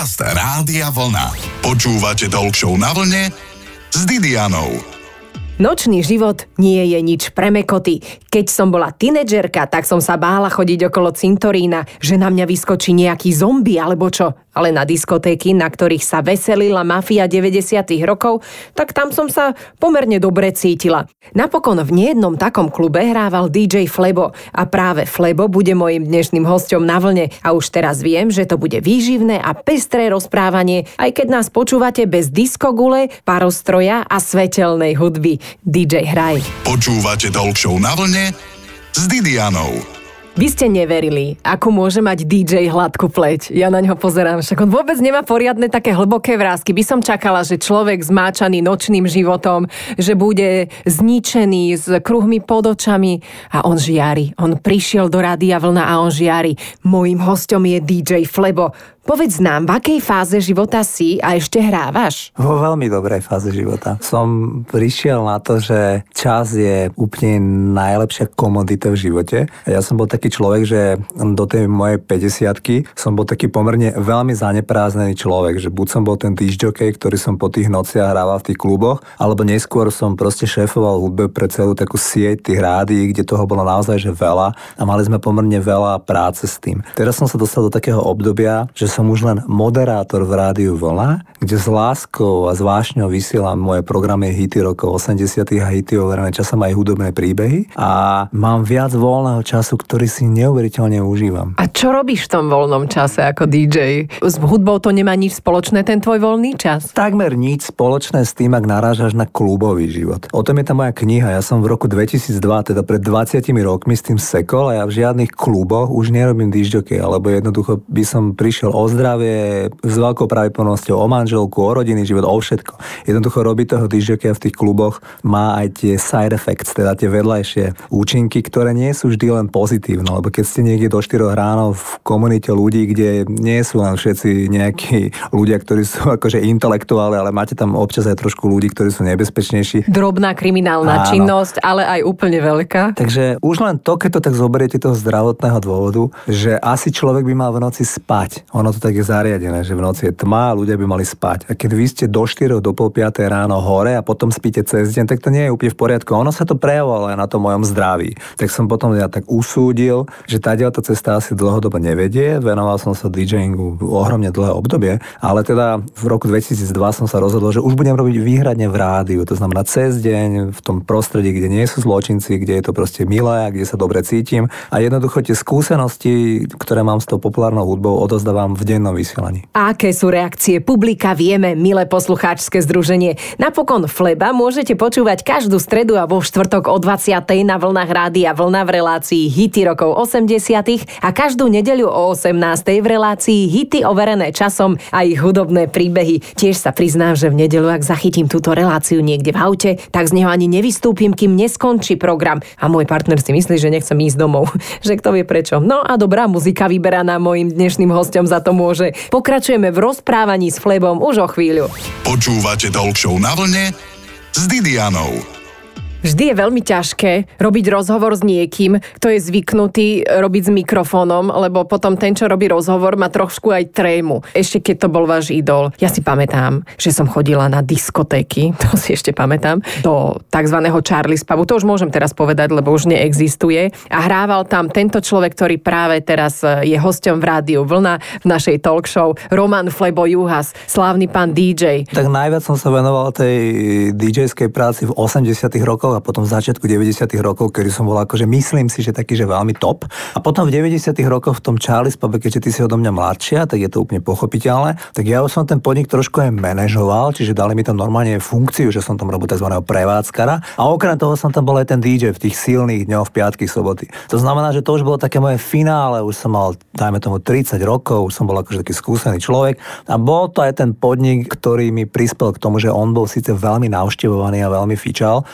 Podcast Rádia Vlna. Počúvate Talk Show na vlne s Didianou. Nočný život nie je nič pre mekoty. Keď som bola tínedžerka, tak som sa bála chodiť okolo cintorína, že na mňa vyskočí nejaký zombie alebo čo. Ale na diskotéky, na ktorých sa veselila mafia 90. rokov, tak tam som sa pomerne dobre cítila. Napokon v nejednom takom klube hrával DJ Flebo a práve Flebo bude mojím dnešným hosťom na vlne a už teraz viem, že to bude výživné a pestré rozprávanie, aj keď nás počúvate bez diskogule, parostroja a svetelnej hudby. DJ hraj. Počúvate Talk Show na vlne s Didianou. Vy ste neverili, ako môže mať DJ hladkú pleť. Ja na ňo pozerám, však on vôbec nemá poriadne také hlboké vrásky. By som čakala, že človek zmáčaný nočným životom, že bude zničený s kruhmi pod očami a on žiari. On prišiel do Rádia Vlna a on žiari. Mojím hosťom je DJ Flebo. Povedz nám, v akej fáze života si a ešte hrávaš? Vo veľmi dobrej fáze života. Som prišiel na to, že čas je úplne najlepšia komodita v živote. Ja som bol taký človek, že do tej mojej 50-ky som bol taký pomerne veľmi zanepráznený človek, že buď som bol ten discjockey, ktorý som po tých nociach hrával v tých kluboch, alebo neskôr som proste šéfoval hudbe pre celú takú sieť tých rádií, kde toho bolo naozaj že veľa a mali sme pomerne veľa práce s tým. Teraz som sa dostal do takého obdobia, že som už len moderátor v Rádiu Vlna, kde s láskou a s vášňou vysielam moje programy hity rokov 80. a hity overené časom aj hudobné príbehy a mám viac voľného času, ktorý si neuveriteľne užívam. A čo robíš v tom voľnom čase ako DJ? S hudbou to nemá nič spoločné, ten tvoj voľný čas? Takmer nič spoločné s tým, ak narážaš na klubový život. O tom je tá moja kniha. Ja som v roku 2002, teda pred 20 rokmi s tým sekol a ja v žiadnych kluboch už nerobím discjockey, alebo jednoducho by som prišiel o zdravie, s veľkou pravdepodobnosťou o manželku, o rodinný život, o všetko. Jednoducho robiť toho discjockeya v tých kluboch má aj tie side effects, teda tie vedľajšie účinky, ktoré nie sú vždy len pozitívne, lebo keď ste niekde do 4 ráno v komunite ľudí, kde nie sú len všetci nejakí ľudia, ktorí sú akože intelektuáli, ale máte tam občas aj trošku ľudí, ktorí sú nebezpečnejší. Drobná kriminálna činnosť, ale aj úplne veľká. Takže už len to, keď to tak zoberiete toho zdravotného dôvodu, že asi človek by mal v noci spať. Ono to tak je zariadené, že v noci je tma a ľudia by mali spať. A keď vy ste do 4 do 4:30 ráno hore a potom spíte cez deň, tak to nie je úplne v poriadku. Ono sa to prejavovalo aj na tom mojom zdraví. Tak som potom ja tak usúdil, že táto cesta asi dlhodobo nevedie. Venoval som sa DJingu ohromne dlhé obdobie, ale teda v roku 2002 som sa rozhodol, že už budem robiť výhradne v rádiu. To znamená cez deň v tom prostredí, kde nie sú zločinci, kde je to proste milé a kde sa dobre cítim. A jednoducho tie skúsenosti, ktoré mám s tou populárnou hudbou, odozdávam v dennom vysielaní. Aké sú reakcie publika, vieme, milé poslucháčske združenie. Napokon Fleba môžete počúvať každú stredu a vo štvrtok o 20:00 na vlnách Rádia Vlna v relácii Hity rokov 80. a každú nedeľu o 18:00 v relácii Hity overené časom a ich hudobné príbehy. Tiež sa priznám, že v nedeľu, ak zachytím túto reláciu niekde v aute, tak z neho ani nevystúpim, kým neskončí program. A môj partner si myslí, že nechcem ísť domov. Že kto vie prečo. No a dobrá muzika vyberaná mojím dnešným hosťom za to môže. Pokračujeme v rozprávaní s Flebom už o chvíľu. Počúvate Talk Show na vlne s Didianou. Vždy je veľmi ťažké robiť rozhovor s niekým, kto je zvyknutý robiť s mikrofónom, lebo potom ten, čo robí rozhovor, má trošku aj trému. Ešte keď to bol váš idol. Ja si pamätám, že som chodila na diskotéky, to si ešte pamätám, do takzvaného Charlie's pubu. To už môžem teraz povedať, lebo už neexistuje. A hrával tam tento človek, ktorý práve teraz je hosťom v Rádiu Vlna v našej talk show, Roman Flebo Juhas, slávny pán DJ. Tak najviac som sa venoval tej DJ-skej práci v 80. rokoch a potom v začiatku 90. rokov, kedy som bol akože myslím si, že taký, že veľmi top. A potom v 90. rokoch v tom Charlie's pube, keďže ty si odo mňa mladšia, tak je to úplne pochopiteľné. Tak ja už som ten podnik trošku aj manažoval, čiže dali mi tam normálne funkciu, že som tam robil tzv. Prevádzkara. A okrem toho som tam bol aj ten DJ v tých silných dňoch, v piatky, soboty. To znamená, že to už bolo také moje finále, už som mal, dajme tomu 30 rokov, už som bol akože taký skúsený človek a bol to aj ten podnik, ktorý mi prispel k tomu, že on bol síce veľmi navštevovaný a veľmi fičal, ale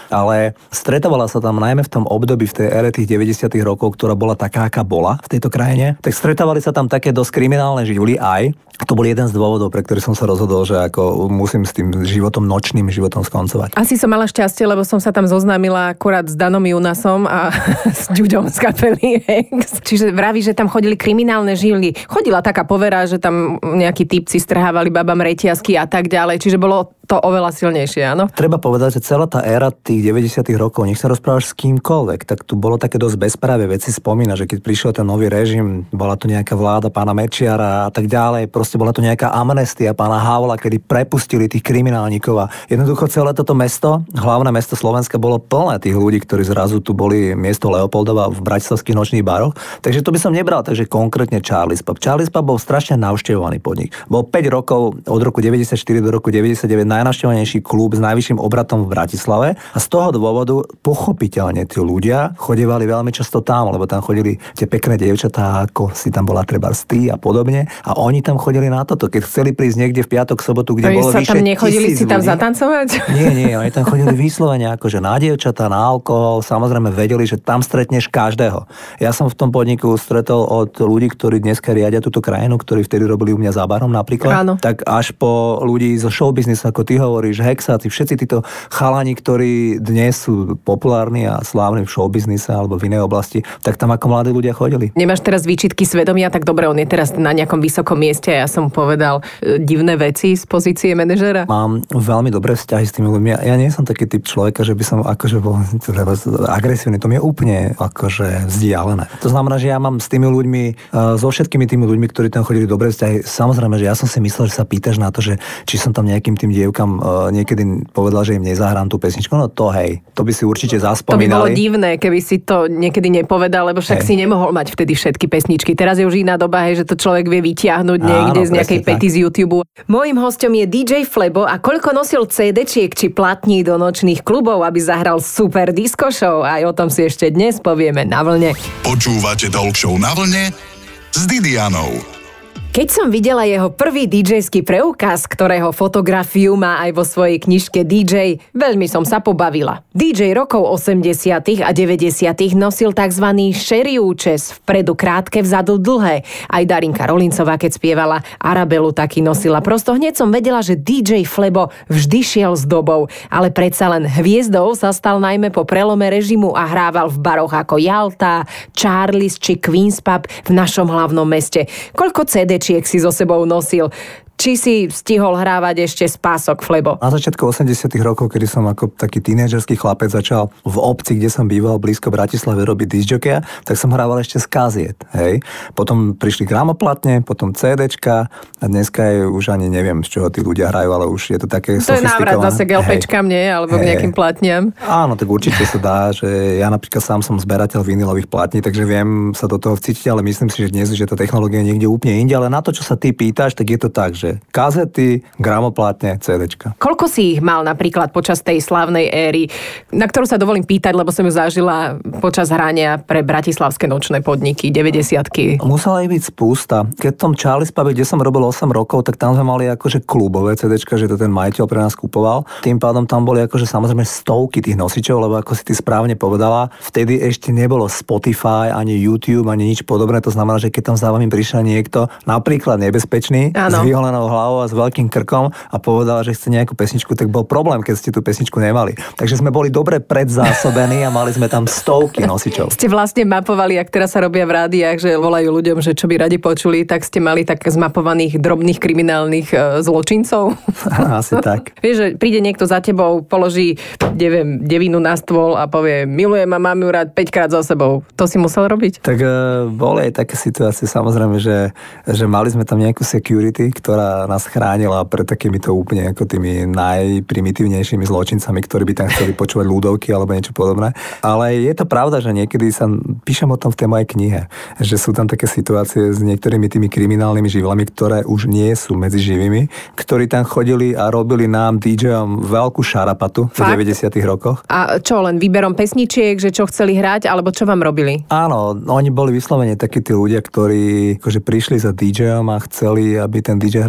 že stretovala sa tam najmä v tom období, v tej ére tých 90. rokov, ktorá bola taká, aká bola v tejto krajine, tak stretávali sa tam také dosť kriminálne živly aj. To bol jeden z dôvodov, pre ktorý som sa rozhodol, že ako musím s tým nočným životom skoncovať. Asi som mala šťastie, lebo som sa tam zoznámila akurát s Danom Junasom a s Ďuďom z kapely Hex. Čiže vraví, že tam chodili kriminálne živly. Chodila taká povera, že tam nejakí typci strhávali babám reťazky a tak ďalej. Čiže bolo to oveľa silnejšie, áno? Treba povedať, že celá tá éra tých 90. rokov, nech sa rozprávaš s kýmkoľvek, tak tu bolo také dosť bezprávie. Veci spomína, že keď prišiel ten nový režim, bola tu nejaká vláda pána Mečiara a tak ďalej, proste bola tu nejaká amnestia pána Havla, kedy prepustili tých kriminálnikov a jednoducho celé toto mesto, hlavné mesto Slovenska, bolo plné tých ľudí, ktorí zrazu tu boli miesto Leopoldova v bratislavských nočných baroch. Takže to by som nebral, takže konkrétne Charlie's Pub. Charlie's Pub bol strašne navštevovaný podnik. Bol 5 rokov od roku 94 do roku 99 najnavštevovanejší klub s najvyšším obratom v Bratislave a z toho dôvodu pochopiteľne tí ľudia chodievali veľmi často tam, lebo tam chodili tie pekné dievčatá, ako si tam bola treba ty a podobne, a oni tam chodili na toto. Keď chceli prísť niekde v piatok, sobotu, kde bolo vyše 1000 ľudí. Tam nechodili si tam zatancovať? Nie, oni tam chodili vyslovene akože na dievčatá, na alkohol, samozrejme vedeli, že tam stretneš každého. Ja som v tom podniku stretol od ľudí, ktorí dneska riadia túto krajinu, ktorí vtedy robili u mňa za barom napríklad, áno. Tak až po ľudí zo showbiznisu, ako ty hovoríš, hexáci, všetci títo chalani, ktorí dnes sú populárni a slávni v showbiznise alebo v inej oblasti, tak tam ako mladí ľudia chodili. Nemáš teraz výčitky svedomia, tak dobre, on je teraz na nejakom vysokom mieste a ja som povedal divné veci z pozície manažera. Mám veľmi dobré vzťahy s tými ľuďmi. Ja nie som taký typ človeka, že by som akože bol agresívny. To mi je úplne akože vzdialené. To znamená, že ja mám s tými ľuďmi, so všetkými tými ľuďmi, ktorí tam chodili, dobré vzťahy. Samozrejme, že ja som si myslel, že sa pýtaš na to, že či som tam nejakým tým dievkam niekedy povedal, že im nezahrám tú pesničku. No to hej, to by si určite zaspomínali. To by bolo divné, keby si to niekedy nepovedal, lebo však si nemohol mať vtedy všetky pesničky. Teraz je už iná doba, hej, že to človek vie vytiahnuť niekde z nejakej pety z YouTube. Mojím hosťom je DJ Flebo a koľko nosil CD-čiek či platní do nočných klubov, aby zahral super disco show. Aj o tom si ešte dnes povieme na vlne. Počúvate Talk Show na vlne s Didianou. Keď som videla jeho prvý DJ-ský preukaz, ktorého fotografiu má aj vo svojej knižke DJ, veľmi som sa pobavila. DJ rokov 80. a 90. nosil tzv. Sherry účes, vpredu krátke, vzadu dlhé. Aj Darinka Rolincová, keď spievala Arabelu, taký nosila. Prosto hneď som vedela, že DJ Flebo vždy šiel s dobou, ale predsa len hviezdou sa stal najmä po prelome režimu a hrával v baroch ako Jalta, Charlie's či Queen's Pub v našom hlavnom meste. Koľko CD-čiek si so sebou nosil? Či si stihol hrávať ešte spások, Flebo? Na začiatku 80 rokov, kedy som ako taký tínedžerský chlapec začal v obci, kde som býval blízko Bratislave robiť discjockey, tak som hrával ešte z kaziet, hej. Potom prišli gramoplatne, potom CDčka a dneska je už ani neviem, z čoho tí ľudia hrajú, ale už je to také sofistikované. To je návrat zase k LPčkám, nie? Alebo k nejakým platniam. Áno, tak určite sa dá, že ja napríklad sám som zberateľ vinilových platní, takže viem sa do toho vcítiť, ale myslím si, že dnes už je tá technológia niekde úplne inde, ale na to, čo sa ty pýtaš, tak je to tak, že kazety, gramoplatne, CDčka. Koľko si ich mal napríklad počas tej slávnej éry, na ktorú sa dovolím pýtať, lebo som ju zažila počas hrania pre bratislavské nočné podniky, 90-ky. Musela ich byť spústa. Keď v tom Charlie's Pube, kde som robil 8 rokov, tak tam sme mali akože klubové CDčka, že to ten majiteľ pre nás kupoval. Tým pádom tam boli akože samozrejme stovky tých nosičov, lebo ako si ty správne povedala, vtedy ešte nebolo Spotify, ani YouTube, ani nič podobné. To znamená, že keď tam za vami prišiel niekto, napríklad nebezpečný, s vyholenou hlavou a s veľkým krkom a povedal, že chce nejakú pesničku, tak bol problém, keď ste tú pesničku nemali. Takže sme boli dobre predzásobení a mali sme tam stovky nosičov. Ste vlastne mapovali, ak teraz sa robia v rádiách, že volajú ľuďom, že čo by radi počuli, tak ste mali tak zmapovaných drobných kriminálnych zločincov? Asi tak. Vieš, že príde niekto za tebou, položí, neviem, devinu na stôl a povie, milujem a mám ju rád 5-krát za sebou. To si musel robiť? Tak boli aj také situácie, samozrejme, že mali sme tam nejakú security, ktorá nás chránila pred takýmito úplne ako tými najprimitívnejšími zločincami, ktorí by tam chceli počúvať ľudovky alebo niečo podobné. Ale je to pravda, že niekedy píšem o tom v tej mojej knihe, že sú tam také situácie s niektorými tými kriminálnymi živlami, ktoré už nie sú medzi živými, ktorí tam chodili a robili nám DJom veľkú šarapatu v 90. rokoch. A čo, len výberom pesničiek, že čo chceli hrať, alebo čo vám robili? Áno, oni boli vyslovene takí tí ľudia, ktorí akože prišli za DJom a chceli, aby ten DJ hral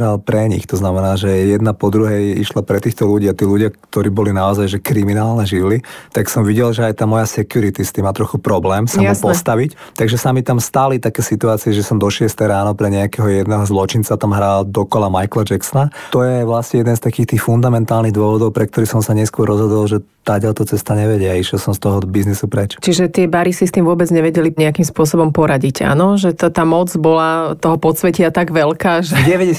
hral pre nich. To znamená, že jedna po druhej išla pre týchto ľudí a tí ľudia, ktorí boli naozaj že kriminálne živly, tak som videl, že aj tá moja security s tým má trochu problém sa mu postaviť. Takže sa mi tam stali také situácie, že som do 6 ráno pre nejakého jedného zločinca tam hral dokola Michaela Jacksona. To je vlastne jeden z takých tých fundamentálnych dôvodov, pre ktorý som sa neskôr rozhodol, že táďalto cesta nevedia a išiel som z toho biznisu preč. Čiže tie bary si s tým vôbec nevedeli nejakým spôsobom poradiť, áno? Že tá moc bola toho podsvetia tak veľká, že v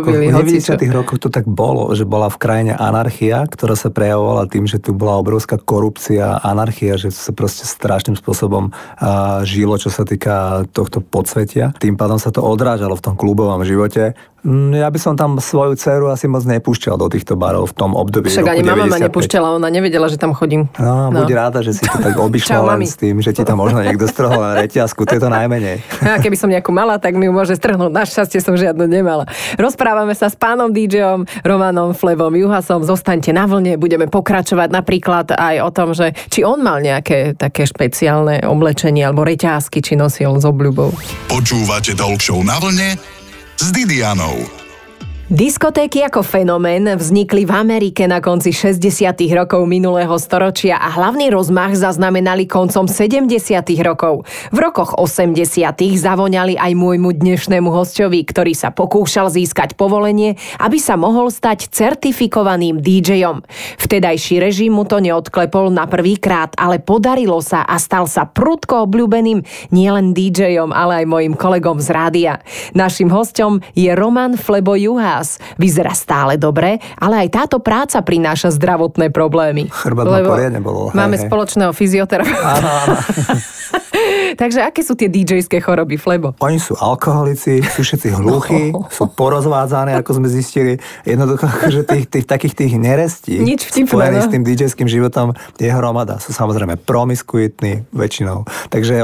90. rokoch to tak bolo, že bola v krajine anarchia, ktorá sa prejavovala tým, že tu bola obrovská korupcia, anarchia, že sa proste strašným spôsobom žilo, čo sa týka tohto podsvetia. Tým pádom sa to odrážalo v tom klubovom živote. Ja by som tam svoju dceru asi moc nepúšťal do týchto barov v tom období. Však ani mama ma nepúšťala, ona nevedela, že tam chodím. No, buď ráda, že si to tak obišla len s tým, že ti tam možno niekto strhol na reťazku, to je to najmenej. A keby som nejakú mala, tak mi ju môže strhnúť. Našťastie som žiadnu nemala. Rozprávame sa s pánom DJom Romanom Flebom Juhasom. Zostaňte na vlne, budeme pokračovať napríklad aj o tom, že či on mal nejaké také špeciálne oblečenie alebo reťazky, či nosil s obľubou. Počúvate Talk Show Na vlne s Didianou. Diskotéky ako fenomén vznikli v Amerike na konci 60. rokov minulého storočia a hlavný rozmach zaznamenali koncom 70. rokov. V rokoch 80. zavoňali aj môjmu dnešnému hosťovi, ktorý sa pokúšal získať povolenie, aby sa mohol stať certifikovaným DJom. Vtedajší režim mu to neodklepol na prvý krát, ale podarilo sa a stal sa prudko obľúbeným nielen DJom, ale aj mojim kolegom z rádia. Naším hosťom je Roman Flebo Juhas. Vyzerá stále dobre, ale aj táto práca prináša zdravotné problémy. Chrbát ma poriadne bolo. Máme spoločného fyzioterapeuta. Áno. Takže aké sú tie DJ-ské choroby, Flebo? Oni sú alkoholici, sú všetci hluchí, sú porozvádzané, ako sme zistili. Jednoducho, že takých tých nerestí spojených s tým DJ-ským životom je hromada. Sú samozrejme promiskuitní väčšinou. Takže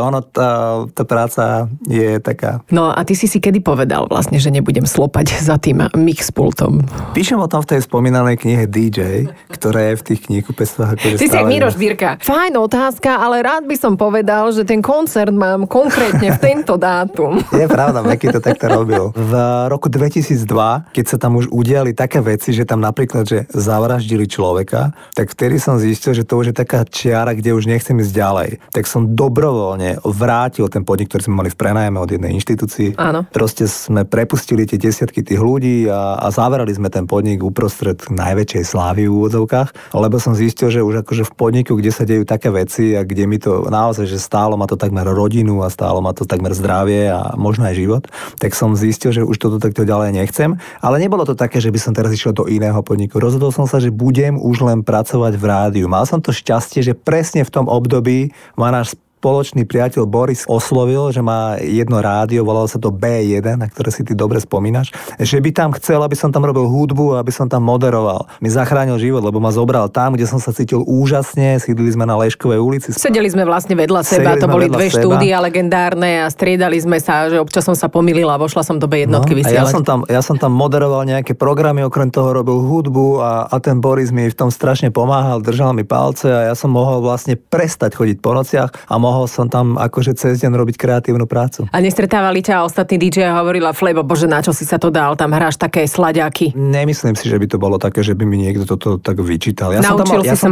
tá práca je taká. No a ty si kedy povedal vlastne, že nebudem slopať za tým mixpultom? Píšem o tom v tej spomínanej knihe DJ, ktorá je v tých knihkupectvách. Ty si Miroš Birka. Fajn otázka, ale rád by som povedal, že ten koncert mám konkrétne v tento dátum. Je pravda, Meky to takto robil. V roku 2002, keď sa tam už udiali také veci, že tam napríklad, že zavraždili človeka, tak vtedy som zistil, že to už je taká čiara, kde už nechcem ísť ďalej. Tak som dobrovoľne vrátil ten podnik, ktorý sme mali v prenájme od jednej inštitúcii. Áno. Proste sme prepustili tie desiatky tých ľudí a zavrali sme ten podnik uprostred najväčšej slávy v úvodzovkách, lebo som zistil, že už akože v podniku, kde sa dejú také veci a kde mi to naozaj, že stálo ma to takmer rodinu a stálo ma to takmer zdravie a možno aj život, tak som zistil, že už toto takto ďalej nechcem. Ale nebolo to také, že by som teraz išiel do iného podniku. Rozhodol som sa, že budem už len pracovať v rádiu. Mal som to šťastie, že presne v tom období ma náš spoločný priateľ Boris oslovil, že má jedno rádio, volalo sa to B1, na ktoré si ty dobre spomínaš, že by tam chcel, aby som tam robil hudbu a aby som tam moderoval. Mi zachránil život, lebo ma zobral tam, kde som sa cítil úžasne, sídlili sme na Leškovej ulici. Sedeli sme vlastne vedľa seba, to boli dve štúdia legendárne a striedali sme sa, že občas som sa pomýlila, vošla som do B1 vysielať. Ja som tam moderoval nejaké programy, okrem toho robil hudbu a ten Boris mi v tom strašne pomáhal, držal mi palce a ja som mohol vlastne prestať chodiť po nociach a mohol som tam akože cez deň robiť kreatívnu prácu. A nestretávali ťa ostatní DJ a hovorila Flebo, bože, na čo si sa to dal, tam hráš také slaďaky. Nemyslím si, že by to bolo také, že by mi niekto toto tak vyčítal. Ja som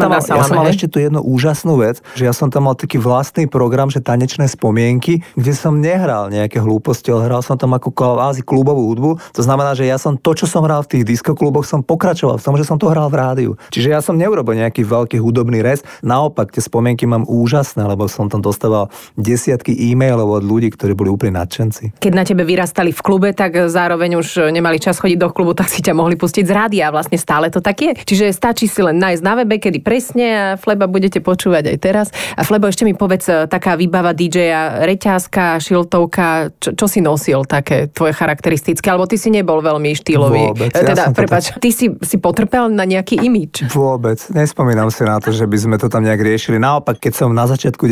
mal ešte tu jednu úžasnú vec, že ja som tam mal taký vlastný program, že tanečné spomienky, kde som nehral nejaké hlúposti, ale hral som tam ako kvázi klubovú hudbu. To znamená, že ja som to, čo som hral v tých diskokluboch, som pokračoval v tom, že som to hral v rádiu. Čiže ja som neurobil nejaký veľký hudobný rez. Naopak, tie spomienky mám úžasné, lebo som tam dostával desiatky e-mailov od ľudí, ktorí boli úplne nadšenci. Keď na tebe vyrastali v klube, tak zároveň už nemali čas chodiť do klubu, tak si ťa mohli pustiť z rádia. Vlastne stále to tak je. Čiže stačí si len nájsť na webe, kedy presne a Fleba budete počúvať aj teraz. A Flebo, ešte mi povedz, taká výbava DJ-a, reťazka, šiltovka, čo si nosil také tvoje charakteristické, alebo ty si nebol veľmi štýlový. Vôbec. Ty si potrpel na nejaký imidž? Vôbec. Nespomínam si na to, že by sme to tam nejak riešili. Naopak, keď som na začiatku 90.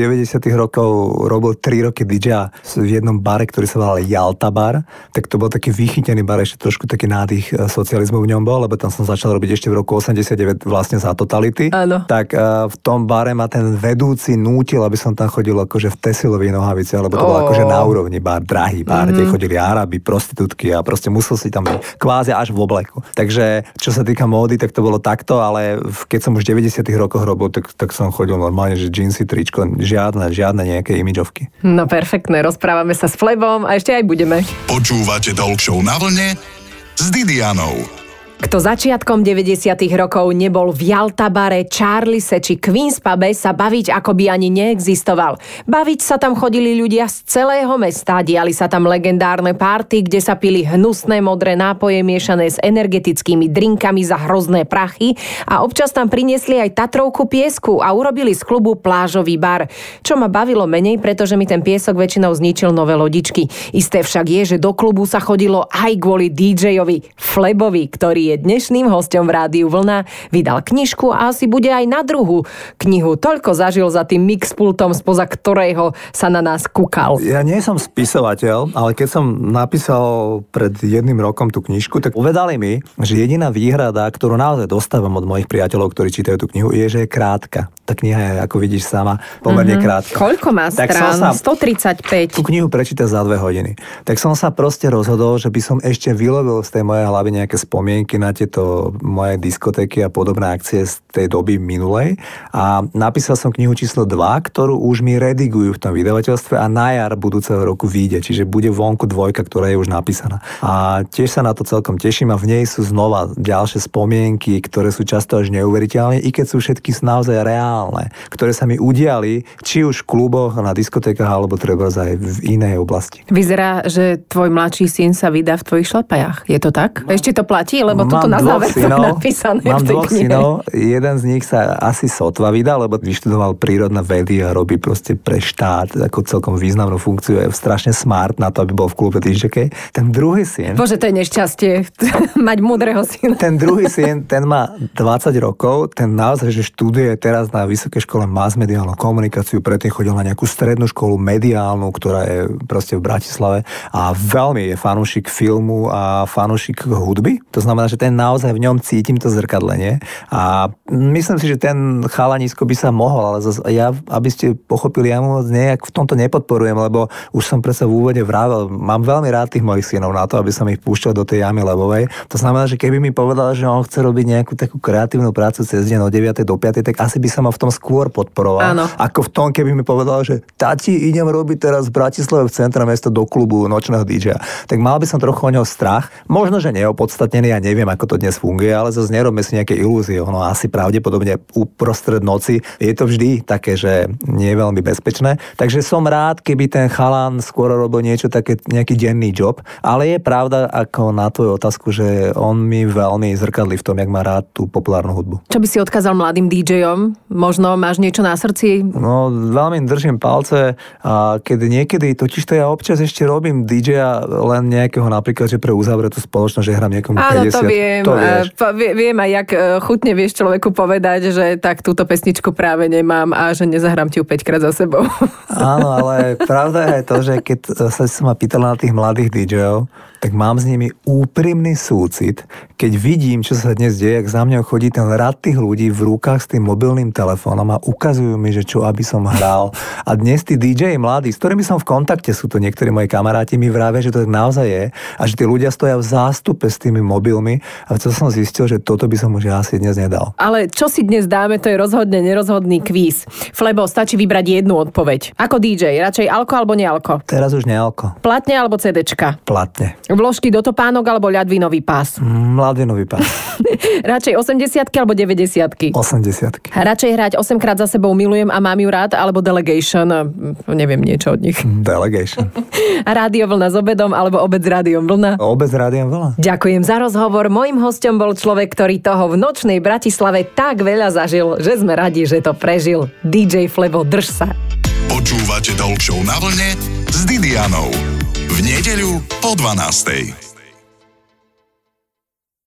rokov robil 3 roky DJ v jednom bare, ktorý sa volal Jalta bar, tak to bol taký vychytený bar, ešte trošku taký nádych socializmu v ňom bol, lebo tam som začal robiť ešte v roku 89 vlastne za totality. Áno. Tak v tom bare ma ten vedúci nútil, aby som tam chodil akože v Tesilovej nohavici, lebo to bol akože na úrovni bar, drahý bar, kde chodili Arabi, prostitútky a proste musel si tam byť kvázi až v obleku. Takže čo sa týka módy, tak to bolo takto, ale keď som už v 90. rokoch robil, tak som chodil normálne, že džínsy, tričko, žiadne nejaké imidžovky. No perfektné, rozprávame sa s Flebom a ešte aj budeme. Počúvate Talk Show Na vlne s Didianou. Kto začiatkom 90. rokov nebol v Jalta bare, Charlise či Queen's pube, sa baviť ako by ani neexistoval. Baviť sa tam chodili ľudia z celého mesta, diali sa tam legendárne party, kde sa pili hnusné modré nápoje miešané s energetickými drinkami za hrozné prachy a občas tam priniesli aj Tatrovku piesku a urobili z klubu plážový bar. Čo ma bavilo menej, pretože mi ten piesok väčšinou zničil nové lodičky. Isté však je, že do klubu sa chodilo aj kvôli DJ-ovi Flebovi, ktorý je dnešným hosťom v Rádiu Vlna, vydal knižku a asi bude aj na druhú knihu. Toľko zažil za tým mixpultom, spoza ktorého sa na nás kúkal. Ja nie som spisovateľ, ale keď som napísal pred 1 rokom tú knižku, tak povedali mi, že jediná výhrada, ktorú naozaj dostávam od mojich priateľov, ktorí čítajú tú knihu, je, že je krátka. Tá kniha je, ako vidíš sama, pomerne krátka. Koľko má strán? 135. Tú knihu prečíta za 2 hodiny. Tak som sa proste rozhodol, že by som ešte vylovil z tej mojej hlavy nejaké spomienky na tieto moje diskotéky a podobné akcie z tej doby minulej. A napísal som knihu číslo 2, ktorú už mi redigujú v tom vydavateľstve a na jar budúceho roku vyjde. Čiže bude vonku 2, ktorá je už napísaná. A tiež sa na to celkom teším a v nej sú znova ďalšie spomienky, ktoré sú často až neuveriteľné, i keď sú všetky naozaj reálne, ktoré sa mi udiali, či už v kluboch, na diskotékach, alebo treba aj v inej oblasti. Vyzerá, že tvoj mladší syn sa vydá v tvojich šlapajách. Je to tak? Ešte to platí, lebo toto na záver je napísané v tej knihe. Mám 2 synov, jeden z nich sa asi sotva vydá, lebo vyštudoval prírodné vedy a robí proste pre štát ako celkom významnú funkciu, je strašne smart na to, aby bol v klube DJkej. Ten druhý syn... Bože, to je nešťastie, mať múdreho syna. Ten druhý syn, ten má 20 rokov, ten naozaj, že študuje teraz na Vysokej škole masmediálnu komunikáciu, predtým chodil na nejakú strednú školu mediálnu, ktorá je proste v Bratislave a veľmi je fanúšik filmu a fanúšik hudby. To znamená, že ten naozaj v ňom cítim to zrkadlenie a myslím si, že ten chalanisko by sa mohol, ale ja, aby ste pochopili, ja mu nejak v tomto nepodporujem, lebo už som predsa v úvode vravel, mám veľmi rád tých mojich synov na to, aby som ich púšťal do tej jamy levovej. To znamená, že keby mi povedal, že on chce robiť nejakú takú kreatívnu prácu cez deň od 9. do 5., tak asi by som ho v tom skôr podporoval. Áno. Ako v tom, keby mi povedal, že tati, idem robiť teraz v Bratislave v centre mesta do klubu nočného DJ. Tak mal by som trochu o neho strach. Možno, že neopodstatnený, ja neviem, ako to dnes funguje, ale zase nerobme si nejaké ilúzie. No asi pravdepodobne uprostred noci je to vždy také, že nie je veľmi bezpečné. Takže som rád, keby ten chalan skôr robil niečo také, nejaký denný job, ale je pravda, ako na tvoju otázku, že on mi veľmi zrkadlí v tom, jak má rád tú populárnu hudbu. Čo by si odkázal mladým DJom? Možno máš niečo na srdci? No, veľmi držím palce a keď niekedy, totižto ja občas ešte robím DJ-a len nejakého napríklad, že pre uzavretú spoločnosť, že hrám niekomu 50. Áno, to viem. Viem aj, jak chutne vieš človeku povedať, že tak túto pesničku práve nemám a že nezahrám ti ju 5-krát za sebou. Áno, ale pravda je aj to, že keď sa ma pýtala na tých mladých DJov, tak mám s nimi úprimný súcit, keď vidím, čo sa dnes deje, ak za mňou chodí ten rad tých ľudí v rukách s tým mobilným telefónom a ukazujú mi, že čo aby som hral. A dnes tí DJ mladí, s ktorými som v kontakte, sú to niektorí moji kamaráti, mi vravia, že to tak naozaj je a že tí ľudia stoja v zástupe s tými mobilmi a to som zistil, že toto by som už asi dnes nedal. Ale čo si dnes dáme, to je rozhodne nerozhodný kvíz. Flebo, stačí vybrať jednu odpoveď. Ako DJ, radšej alko alebo nealko? Teraz už nealko. Platne alebo CDčka? Platne. Vložky do topánok alebo ľadvinový pás? Ľadvinový pás. Radšej 80-ky alebo 90-ky? 80-ky. Radšej hrať 8-krát za sebou Milujem a mám ju rád alebo Delegation? Neviem niečo od nich. Delegation. Rádio Vlna s obedom alebo obed s Rádiom Vlna? Obed s Rádiom Vlna. Ďakujem za rozhovor. Mojím hosťom bol človek, ktorý toho v nočnej Bratislave tak veľa zažil, že sme radi, že to prežil. DJ Flebo, drž sa. Počúvate Talk Show Na vlne s Didianou. V nedeľu po 12:00.